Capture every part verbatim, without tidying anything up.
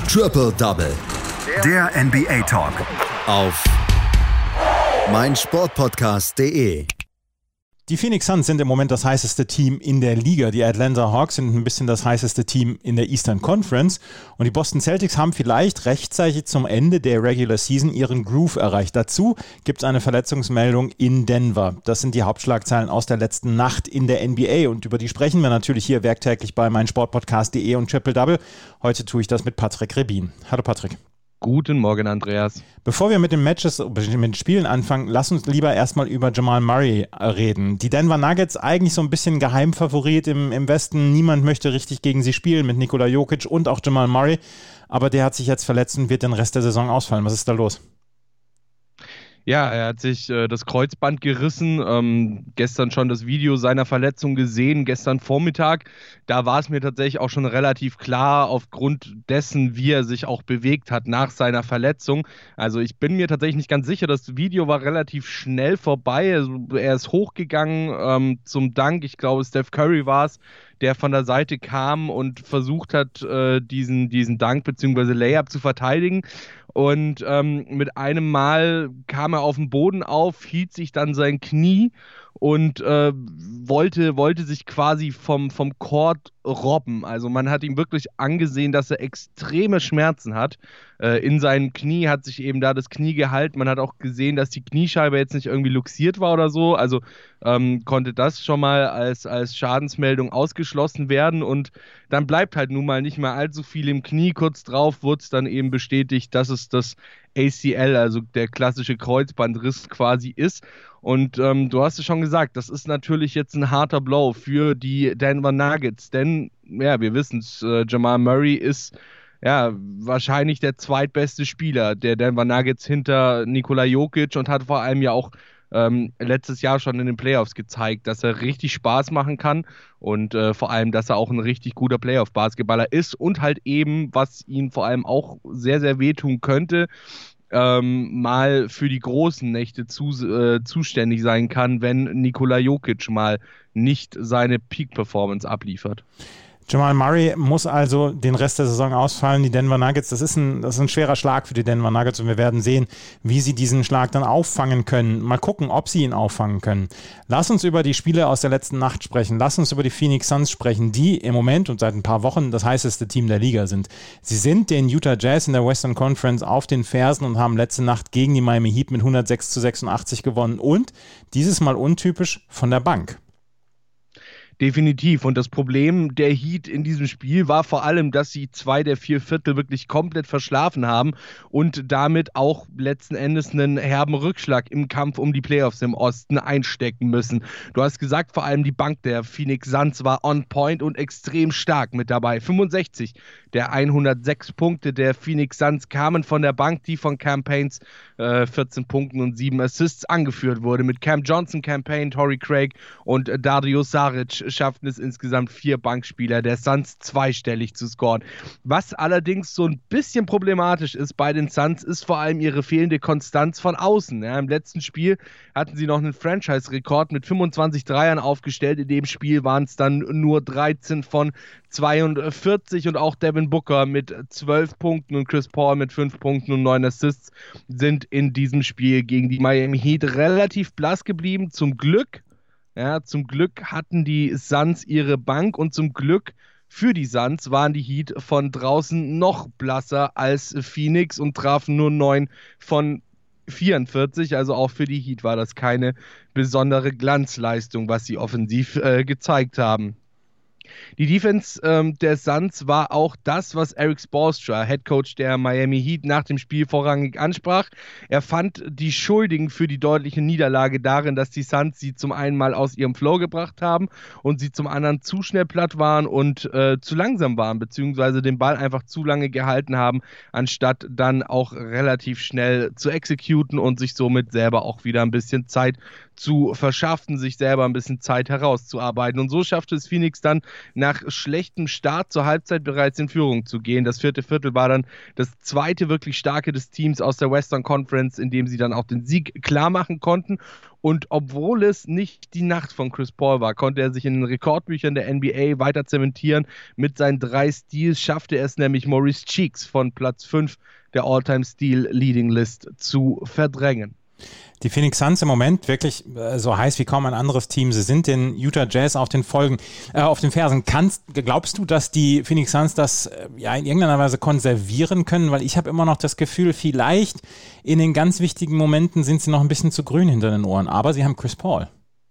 Triple Double. Der N B A-Talk. Auf meinsportpodcast punkt de. Die Phoenix Suns sind im Moment das heißeste Team in der Liga. Die Atlanta Hawks sind ein bisschen das heißeste Team in der Eastern Conference. Und die Boston Celtics haben vielleicht rechtzeitig zum Ende der Regular Season ihren Groove erreicht. Dazu gibt es eine Verletzungsmeldung in Denver. Das sind die Hauptschlagzeilen aus der letzten Nacht in der N B A. Und über die sprechen wir natürlich hier werktäglich bei meinsportpodcast punkt de und Triple Double. Heute tue ich das mit Patrick Rebin. Hallo Patrick. Guten Morgen, Andreas. Bevor wir mit den Matches, mit den Spielen anfangen, lass uns lieber erstmal über Jamal Murray reden. Die Denver Nuggets eigentlich so ein bisschen Geheimfavorit im, im Westen. Niemand möchte richtig gegen sie spielen mit Nikola Jokic und auch Jamal Murray. Aber der hat sich jetzt verletzt und wird den Rest der Saison ausfallen. Was ist da los? Ja, er hat sich äh, das Kreuzband gerissen, ähm, gestern schon das Video seiner Verletzung gesehen, gestern Vormittag. Da war es mir tatsächlich auch schon relativ klar, aufgrund dessen, wie er sich auch bewegt hat nach seiner Verletzung. Also ich bin mir tatsächlich nicht ganz sicher, das Video war relativ schnell vorbei. Also er ist hochgegangen ähm, zum Dank, ich glaube Steph Curry war es, der von der Seite kam und versucht hat, äh, diesen, diesen Dank bzw. Layup zu verteidigen. Und ähm, mit einem Mal kam er auf den Boden auf, hielt sich dann sein Knie und äh, wollte, wollte sich quasi vom, vom Court robben. Also man hat ihm wirklich angesehen, dass er extreme Schmerzen hat. Äh, in seinem Knie hat sich eben da das Knie gehalten. Man hat auch gesehen, dass die Kniescheibe jetzt nicht irgendwie luxiert war oder so. Also ähm, konnte das schon mal als, als Schadensmeldung ausgeschlossen werden. Und dann bleibt halt nun mal nicht mehr allzu viel im Knie. Kurz drauf wurde es dann eben bestätigt, dass es das A C L, also der klassische Kreuzbandriss quasi ist. Und ähm, du hast es schon gesagt, das ist natürlich jetzt ein harter Blow für die Denver Nuggets, denn, ja, wir wissen es, äh, Jamal Murray ist ja wahrscheinlich der zweitbeste Spieler der Denver Nuggets hinter Nikola Jokic und hat vor allem ja auch ähm, letztes Jahr schon in den Playoffs gezeigt, dass er richtig Spaß machen kann und äh, vor allem, dass er auch ein richtig guter Playoff-Basketballer ist und halt eben, was ihn vor allem auch sehr, sehr wehtun könnte, Ähm, mal für die großen Nächte zu, äh, zuständig sein kann, wenn Nikola Jokic mal nicht seine Peak-Performance abliefert. Jamal Murray muss also den Rest der Saison ausfallen. Die Denver Nuggets, das ist ein, das ist ein schwerer Schlag für die Denver Nuggets und wir werden sehen, wie sie diesen Schlag dann auffangen können. Mal gucken, ob sie ihn auffangen können. Lass uns über die Spiele aus der letzten Nacht sprechen. Lass uns über die Phoenix Suns sprechen, die im Moment und seit ein paar Wochen das heißeste Team der Liga sind. Sie sind den Utah Jazz in der Western Conference auf den Fersen und haben letzte Nacht gegen die Miami Heat mit hundertsechs zu sechsundachtzig gewonnen und dieses Mal untypisch von der Bank. Definitiv. Und das Problem der Heat in diesem Spiel war vor allem, dass sie zwei der vier Viertel wirklich komplett verschlafen haben und damit auch letzten Endes einen herben Rückschlag im Kampf um die Playoffs im Osten einstecken müssen. Du hast gesagt, vor allem die Bank der Phoenix Suns war on point und extrem stark mit dabei. fünfundsechzig der hundertsechs Punkte der Phoenix Suns kamen von der Bank, die von Cam Paynes äh, vierzehn Punkten und sieben Assists angeführt wurde. Mit Cam Johnson, Cam Payne, Torrey Craig und äh, Dario Saric schafften es insgesamt vier Bankspieler der Suns zweistellig zu scoren. Was allerdings so ein bisschen problematisch ist bei den Suns, ist vor allem ihre fehlende Konstanz von außen. Ja, im letzten Spiel hatten sie noch einen Franchise-Rekord mit fünfundzwanzig Dreiern aufgestellt. In dem Spiel waren es dann nur dreizehn von zweiundvierzig und auch Devin Booker mit zwölf Punkten und Chris Paul mit fünf Punkten und neun Assists sind in diesem Spiel gegen die Miami Heat relativ blass geblieben. Zum Glück Ja, zum Glück hatten die Suns ihre Bank und zum Glück für die Suns waren die Heat von draußen noch blasser als Phoenix und trafen nur neun von vierundvierzig. Also auch für die Heat war das keine besondere Glanzleistung, was sie offensiv äh, gezeigt haben. Die Defense ähm, der Suns war auch das, was Erik Spoelstra, Headcoach der Miami Heat, nach dem Spiel vorrangig ansprach. Er fand die Schuldigen für die deutliche Niederlage darin, dass die Suns sie zum einen mal aus ihrem Flow gebracht haben und sie zum anderen zu schnell platt waren und äh, zu langsam waren, beziehungsweise den Ball einfach zu lange gehalten haben, anstatt dann auch relativ schnell zu exekuten und sich somit selber auch wieder ein bisschen Zeit zu verschaffen, sich selber ein bisschen Zeit herauszuarbeiten. Und so schaffte es Phoenix dann nach schlechtem Start zur Halbzeit bereits in Führung zu gehen. Das vierte Viertel war dann das zweite wirklich starke des Teams aus der Western Conference, in dem sie dann auch den Sieg klar machen konnten. Und obwohl es nicht die Nacht von Chris Paul war, konnte er sich in den Rekordbüchern der N B A weiter zementieren. Mit seinen drei Steals schaffte er es nämlich, Maurice Cheeks von Platz fünf der All-Time-Steal-Leading-List zu verdrängen. Die Phoenix Suns im Moment wirklich äh, so heiß wie kaum ein anderes Team. Sie sind den Utah Jazz auf den Folgen, äh, auf den Fersen. Kannst, glaubst du, dass die Phoenix Suns das äh, ja in irgendeiner Weise konservieren können? Weil ich habe immer noch das Gefühl, vielleicht in den ganz wichtigen Momenten sind sie noch ein bisschen zu grün hinter den Ohren. Aber sie haben Chris Paul.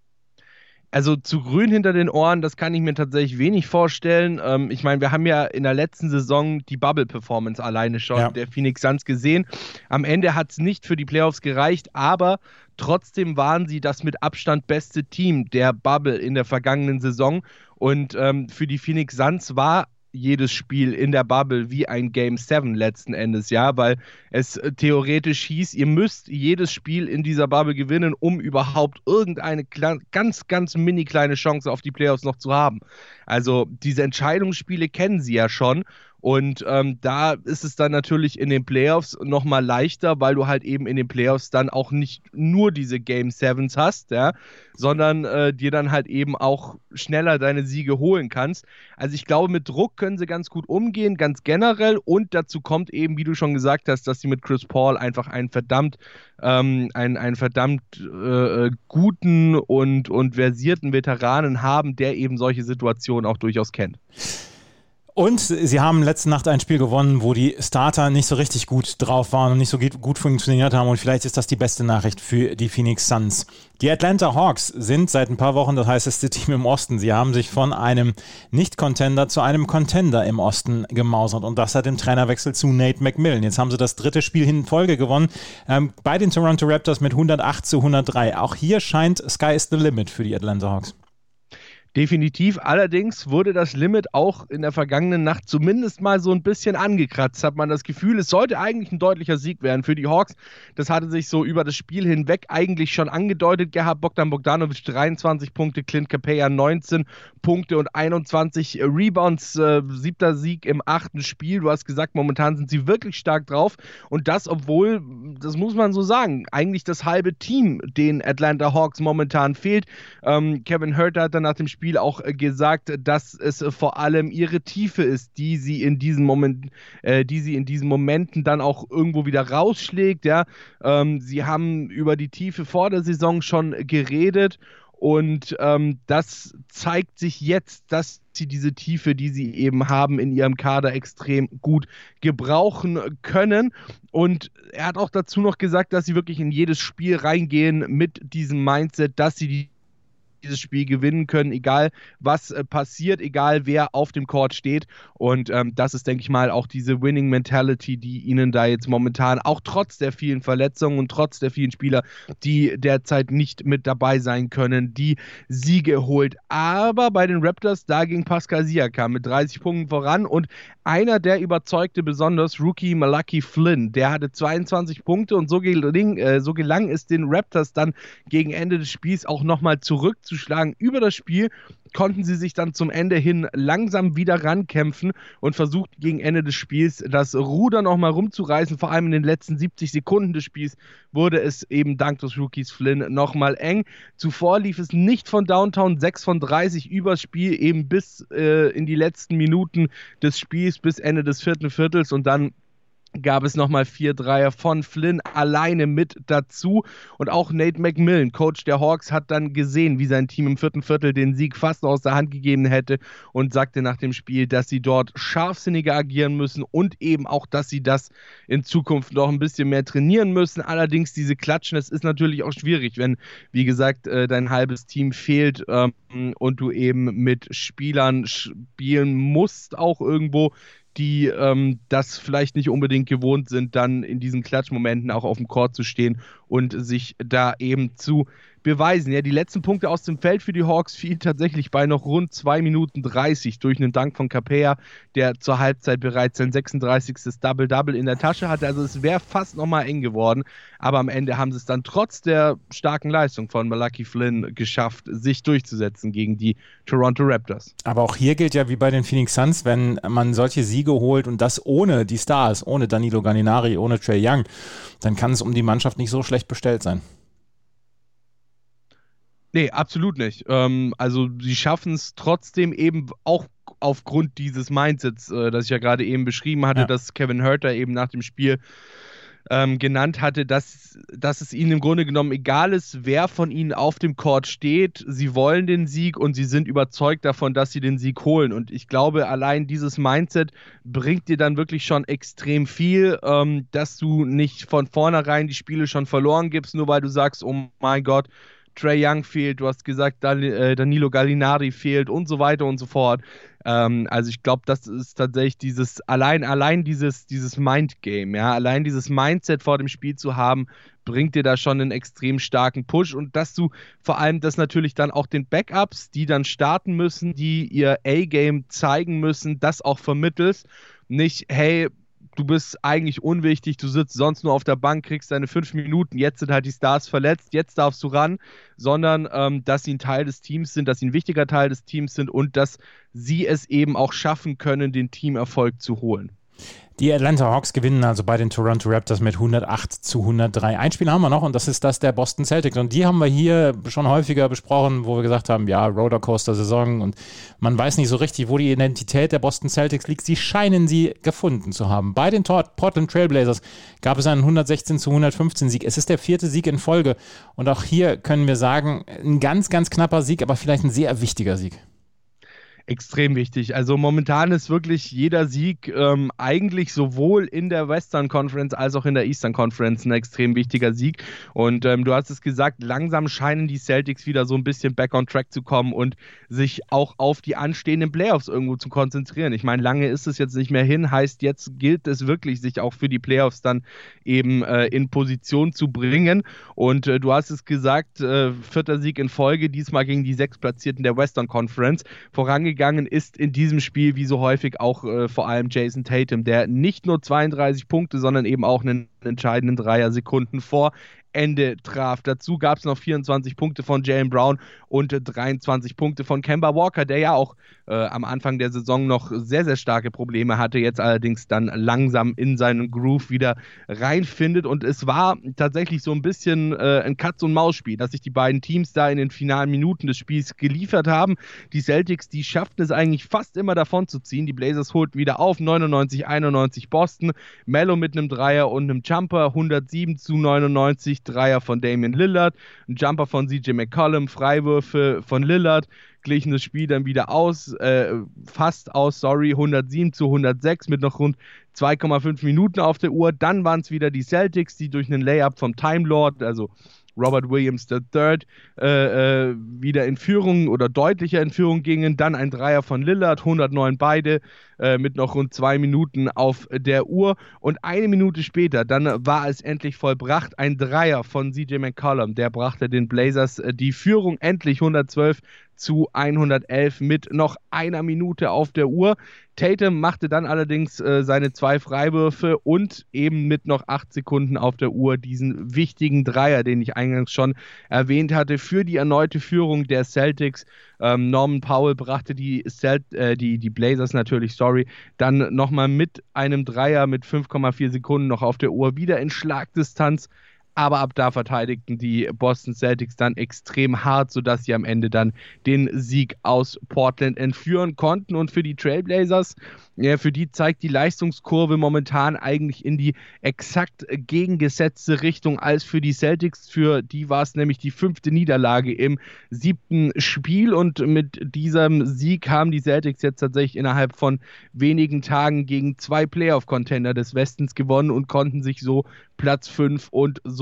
Also zu grün hinter den Ohren, das kann ich mir tatsächlich wenig vorstellen. Ähm, ich meine, wir haben ja in der letzten Saison die Bubble-Performance alleine schon ja. der Phoenix Suns gesehen. Am Ende hat es nicht für die Playoffs gereicht, aber trotzdem waren sie das mit Abstand beste Team der Bubble in der vergangenen Saison. Und ähm, für die Phoenix Suns war jedes Spiel in der Bubble wie ein Game sieben letzten Endes, ja, weil es äh, theoretisch hieß, ihr müsst jedes Spiel in dieser Bubble gewinnen, um überhaupt irgendeine kle- ganz, ganz mini kleine Chance auf die Playoffs noch zu haben. Also diese Entscheidungsspiele kennen sie ja schon. Und ähm, da ist es dann natürlich in den Playoffs nochmal leichter, weil du halt eben in den Playoffs dann auch nicht nur diese Game Sevens hast, ja, sondern äh, dir dann halt eben auch schneller deine Siege holen kannst. Also ich glaube, mit Druck können sie ganz gut umgehen, ganz generell. Und dazu kommt eben, wie du schon gesagt hast, dass sie mit Chris Paul einfach einen verdammt, ähm, einen, einen verdammt äh, guten und, und versierten Veteranen haben, der eben solche Situationen auch durchaus kennt. Und sie haben letzte Nacht ein Spiel gewonnen, wo die Starter nicht so richtig gut drauf waren und nicht so gut funktioniert haben. Und vielleicht ist das die beste Nachricht für die Phoenix Suns. Die Atlanta Hawks sind seit ein paar Wochen das heißeste Team im Osten. Sie haben sich von einem Nicht-Contender zu einem Contender im Osten gemausert. Und das seit dem Trainerwechsel zu Nate McMillan. Jetzt haben sie das dritte Spiel in Folge gewonnen. Ähm, bei den Toronto Raptors mit hundertacht zu hundertdrei. Auch hier scheint Sky is the limit für die Atlanta Hawks. Definitiv, allerdings wurde das Limit auch in der vergangenen Nacht zumindest mal so ein bisschen angekratzt, hat man das Gefühl, es sollte eigentlich ein deutlicher Sieg werden für die Hawks. Das hatte sich so über das Spiel hinweg eigentlich schon angedeutet gehabt. Bogdan Bogdanovic dreiundzwanzig Punkte, Clint Capella neunzehn Punkte und einundzwanzig Rebounds, äh, siebter Sieg im achten Spiel. Du hast gesagt, momentan sind sie wirklich stark drauf und das, obwohl, das muss man so sagen, eigentlich das halbe Team den Atlanta Hawks momentan fehlt. Ähm, Kevin Huerter hat dann nach dem Spiel auch gesagt, dass es vor allem ihre Tiefe ist, die sie in diesen Momenten, äh, die sie in diesen Momenten dann auch irgendwo wieder rausschlägt. Ja, ähm, sie haben über die Tiefe vor der Saison schon geredet und ähm, das zeigt sich jetzt, dass sie diese Tiefe, die sie eben haben, in ihrem Kader extrem gut gebrauchen können. Und er hat auch dazu noch gesagt, dass sie wirklich in jedes Spiel reingehen mit diesem Mindset, dass sie die dieses Spiel gewinnen können, egal was äh, passiert, egal wer auf dem Court steht. Und ähm, das ist, denke ich mal, auch diese Winning-Mentality, die ihnen da jetzt momentan, auch trotz der vielen Verletzungen und trotz der vielen Spieler, die derzeit nicht mit dabei sein können, die Siege holt. Aber bei den Raptors, da ging Pascal Siakam mit dreißig Punkten voran und einer, der überzeugte besonders, Rookie Malachi Flynn, der hatte zweiundzwanzig Punkte und so gelang, äh, so gelang es den Raptors dann gegen Ende des Spiels auch nochmal zurückzuschlagen. Über das Spiel konnten sie sich dann zum Ende hin langsam wieder rankämpfen und versuchten gegen Ende des Spiels das Ruder nochmal rumzureißen. Vor allem in den letzten siebzig Sekunden des Spiels wurde es eben dank des Rookies Flynn nochmal eng. Zuvor lief es nicht von Downtown, sechs von dreißig übers Spiel, eben bis äh, in die letzten Minuten des Spiels, bis Ende des vierten Viertels und dann gab es nochmal vier Dreier von Flynn alleine mit dazu. Und auch Nate McMillan, Coach der Hawks, hat dann gesehen, wie sein Team im vierten Viertel den Sieg fast aus der Hand gegeben hätte und sagte nach dem Spiel, dass sie dort scharfsinniger agieren müssen und eben auch, dass sie das in Zukunft noch ein bisschen mehr trainieren müssen. Allerdings diese Klatschen, das ist natürlich auch schwierig, wenn, wie gesagt, dein halbes Team fehlt ähm, und du eben mit Spielern spielen musst, auch irgendwo, die ähm, das vielleicht nicht unbedingt gewohnt sind, dann in diesen Klatschmomenten auch auf dem Court zu stehen und sich da eben zu beweisen. Ja, die letzten Punkte aus dem Feld für die Hawks fielen tatsächlich bei noch rund zwei Minuten dreißig durch einen Dank von Capella, der zur Halbzeit bereits sein sechsunddreißigstes Double-Double in der Tasche hatte. Also es wäre fast nochmal eng geworden, aber am Ende haben sie es dann trotz der starken Leistung von Malachi Flynn geschafft, sich durchzusetzen gegen die Toronto Raptors. Aber auch hier gilt ja wie bei den Phoenix Suns, wenn man solche Siege holt und das ohne die Stars, ohne Danilo Gallinari, ohne Trae Young, dann kann es um die Mannschaft nicht so schlecht bestellt sein. Nee, absolut nicht. Ähm, also sie schaffen es trotzdem eben auch aufgrund dieses Mindsets, äh, das ich ja gerade eben beschrieben hatte, ja. dass Kevin Huerter eben nach dem Spiel ähm, genannt hatte, dass, dass es ihnen im Grunde genommen egal ist, wer von ihnen auf dem Court steht. Sie wollen den Sieg und sie sind überzeugt davon, dass sie den Sieg holen. Und ich glaube, allein dieses Mindset bringt dir dann wirklich schon extrem viel, ähm, dass du nicht von vornherein die Spiele schon verloren gibst, nur weil du sagst, oh mein Gott, Trae Young fehlt, du hast gesagt, Danilo Gallinari fehlt und so weiter und so fort. Ähm, also ich glaube, das ist tatsächlich dieses, allein, allein dieses, dieses Mindgame, ja, allein dieses Mindset vor dem Spiel zu haben, bringt dir da schon einen extrem starken Push und dass du vor allem das natürlich dann auch den Backups, die dann starten müssen, die ihr A-Game zeigen müssen, das auch vermittelst. Nicht, hey, du bist eigentlich unwichtig, du sitzt sonst nur auf der Bank, kriegst deine fünf Minuten, jetzt sind halt die Stars verletzt, jetzt darfst du ran, sondern ähm, dass sie ein Teil des Teams sind, dass sie ein wichtiger Teil des Teams sind und dass sie es eben auch schaffen können, den Teamerfolg zu holen. Die Atlanta Hawks gewinnen also bei den Toronto Raptors mit hundertacht zu hundertdrei. Ein Spiel haben wir noch und das ist das der Boston Celtics. Und die haben wir hier schon häufiger besprochen, wo wir gesagt haben, ja, Rollercoaster-Saison und man weiß nicht so richtig, wo die Identität der Boston Celtics liegt. Sie scheinen sie gefunden zu haben. Bei den Portland Trailblazers gab es einen hundertsechzehn zu hundertfünfzehn Sieg. Es ist der vierte Sieg in Folge und auch hier können wir sagen, ein ganz, ganz knapper Sieg, aber vielleicht ein sehr wichtiger Sieg. Extrem wichtig. Also momentan ist wirklich jeder Sieg ähm, eigentlich sowohl in der Western Conference als auch in der Eastern Conference ein extrem wichtiger Sieg. Und ähm, du hast es gesagt, langsam scheinen die Celtics wieder so ein bisschen back on track zu kommen und sich auch auf die anstehenden Playoffs irgendwo zu konzentrieren. Ich meine, lange ist es jetzt nicht mehr hin, heißt jetzt gilt es wirklich, sich auch für die Playoffs dann eben äh, in Position zu bringen. Und äh, du hast es gesagt, äh, vierter Sieg in Folge, diesmal gegen die Sechstplatzierten der Western Conference. Vorangegangen ist in diesem Spiel wie so häufig auch äh, vor allem Jason Tatum, der nicht nur zweiunddreißig Punkte, sondern eben auch einen entscheidenden Dreier Sekunden vor Ende traf. Dazu gab es noch vierundzwanzig Punkte von Jaylen Brown und dreiundzwanzig Punkte von Kemba Walker, der ja auch äh, am Anfang der Saison noch sehr, sehr starke Probleme hatte, jetzt allerdings dann langsam in seinen Groove wieder reinfindet. Und es war tatsächlich so ein bisschen äh, ein Katz-und-Maus-Spiel, dass sich die beiden Teams da in den finalen Minuten des Spiels geliefert haben. Die Celtics, die schafften es eigentlich fast immer davon zu ziehen. Die Blazers holten wieder auf, neunundneunzig einundneunzig Boston. Melo mit einem Dreier und einem Jumper, hundertsieben zu neunundneunzig, Dreier von Damian Lillard, ein Jumper von C J McCollum, Freiwürfe von Lillard, glichen das Spiel dann wieder aus, äh, fast aus, sorry, hundertsieben zu hundertsechs mit noch rund zwei Komma fünf Minuten auf der Uhr. Dann waren es wieder die Celtics, die durch einen Layup vom Time Lord, also Robert Williams der Dritte, äh, äh, wieder in Führung oder deutlicher in Führung gingen. Dann ein Dreier von Lillard, hundertneun beide, äh, mit noch rund zwei Minuten auf der Uhr. Und eine Minute später, dann war es endlich vollbracht, ein Dreier von C J McCollum. Der brachte den Blazers äh, die Führung endlich hundertzwölf zu hundertelf mit noch einer Minute auf der Uhr. Tatum machte dann allerdings äh, seine zwei Freiwürfe und eben mit noch acht Sekunden auf der Uhr diesen wichtigen Dreier, den ich eingangs schon erwähnt hatte, für die erneute Führung der Celtics. Ähm, Norman Powell brachte die, Celt- äh, die, die Blazers natürlich, sorry, dann nochmal mit einem Dreier mit fünf Komma vier Sekunden noch auf der Uhr wieder in Schlagdistanz. Aber ab da verteidigten die Boston Celtics dann extrem hart, sodass sie am Ende dann den Sieg aus Portland entführen konnten. Und für die Trailblazers, ja, für die zeigt die Leistungskurve momentan eigentlich in die exakt gegengesetzte Richtung als für die Celtics. Für die war es nämlich die fünfte Niederlage im siebten Spiel. Und mit diesem Sieg haben die Celtics jetzt tatsächlich innerhalb von wenigen Tagen gegen zwei Playoff-Contender des Westens gewonnen und konnten sich so Platz fünf und so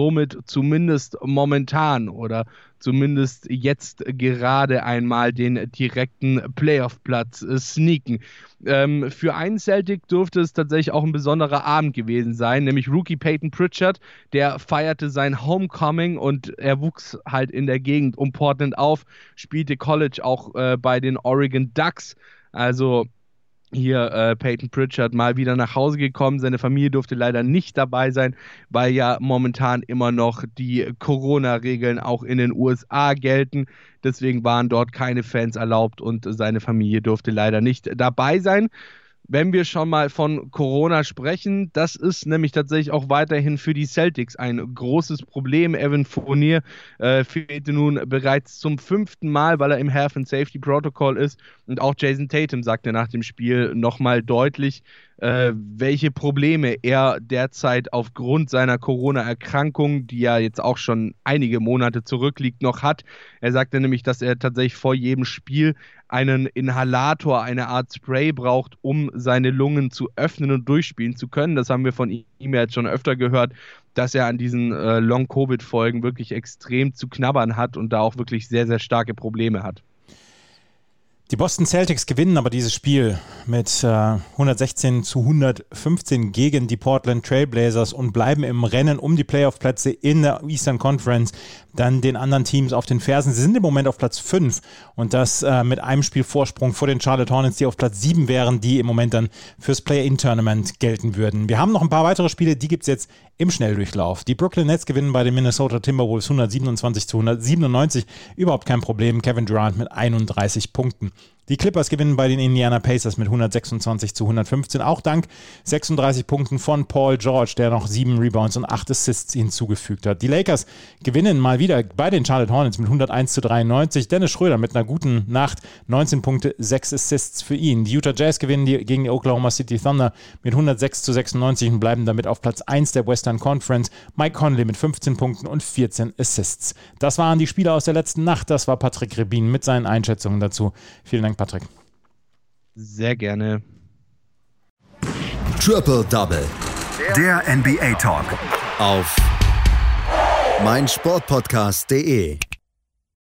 somit zumindest momentan oder zumindest jetzt gerade einmal den direkten Playoff-Platz äh, sneaken. Ähm, für einen Celtic dürfte es tatsächlich auch ein besonderer Abend gewesen sein, nämlich Rookie Peyton Pritchard, der feierte sein Homecoming und er wuchs halt in der Gegend um Portland auf, spielte College auch äh, bei den Oregon Ducks, also hier äh, Peyton Pritchard mal wieder nach Hause gekommen. Seine Familie durfte leider nicht dabei sein, weil ja momentan immer noch die Corona-Regeln auch in den U S A gelten. Deswegen waren dort keine Fans erlaubt und seine Familie durfte leider nicht dabei sein. Wenn wir schon mal von Corona sprechen, das ist nämlich tatsächlich auch weiterhin für die Celtics ein großes Problem. Evan Fournier äh, fehlte nun bereits zum fünften Mal, weil er im Health and Safety Protocol ist. Und auch Jason Tatum sagte nach dem Spiel nochmal deutlich, äh, welche Probleme er derzeit aufgrund seiner Corona-Erkrankung, die ja jetzt auch schon einige Monate zurückliegt, noch hat. Er sagte nämlich, dass er tatsächlich vor jedem Spiel einen Inhalator, eine Art Spray braucht, um seine Lungen zu öffnen und durchspielen zu können. Das haben wir von ihm jetzt schon öfter gehört, dass er an diesen äh, Long-Covid-Folgen wirklich extrem zu knabbern hat und da auch wirklich sehr, sehr starke Probleme hat. Die Boston Celtics gewinnen aber dieses Spiel mit äh, hundertsechzehn zu hundertfünfzehn gegen die Portland Trail Blazers und bleiben im Rennen um die Playoff-Plätze in der Eastern Conference, dann den anderen Teams auf den Fersen. Sie sind im Moment auf Platz fünf und das äh, mit einem Spiel Vorsprung vor den Charlotte Hornets, die auf Platz sieben wären, die im Moment dann fürs Play-In-Tournament gelten würden. Wir haben noch ein paar weitere Spiele, die gibt es jetzt im Schnelldurchlauf. Die Brooklyn Nets gewinnen bei den Minnesota Timberwolves hundertsiebenundzwanzig zu hundertsiebenundneunzig. Überhaupt kein Problem. Kevin Durant mit einunddreißig Punkten. Die Clippers gewinnen bei den Indiana Pacers mit hundertsechsundzwanzig zu hundertfünfzehn, auch dank sechsunddreißig Punkten von Paul George, der noch sieben Rebounds und acht Assists hinzugefügt hat. Die Lakers gewinnen mal wieder bei den Charlotte Hornets mit hunderteins zu dreiundneunzig. Dennis Schröder mit einer guten Nacht, neunzehn Punkte, sechs Assists für ihn. Die Utah Jazz gewinnen die, gegen die Oklahoma City Thunder mit hundertsechs zu sechsundneunzig und bleiben damit auf Platz eins der Western Conference. Mike Conley mit fünfzehn Punkten und vierzehn Assists. Das waren die Spiele aus der letzten Nacht. Das war Patrick Rebin mit seinen Einschätzungen dazu. Vielen Dank, Patrick. Sehr gerne. Triple Double. Der N B A Talk. Auf meinsportpodcast punkt de.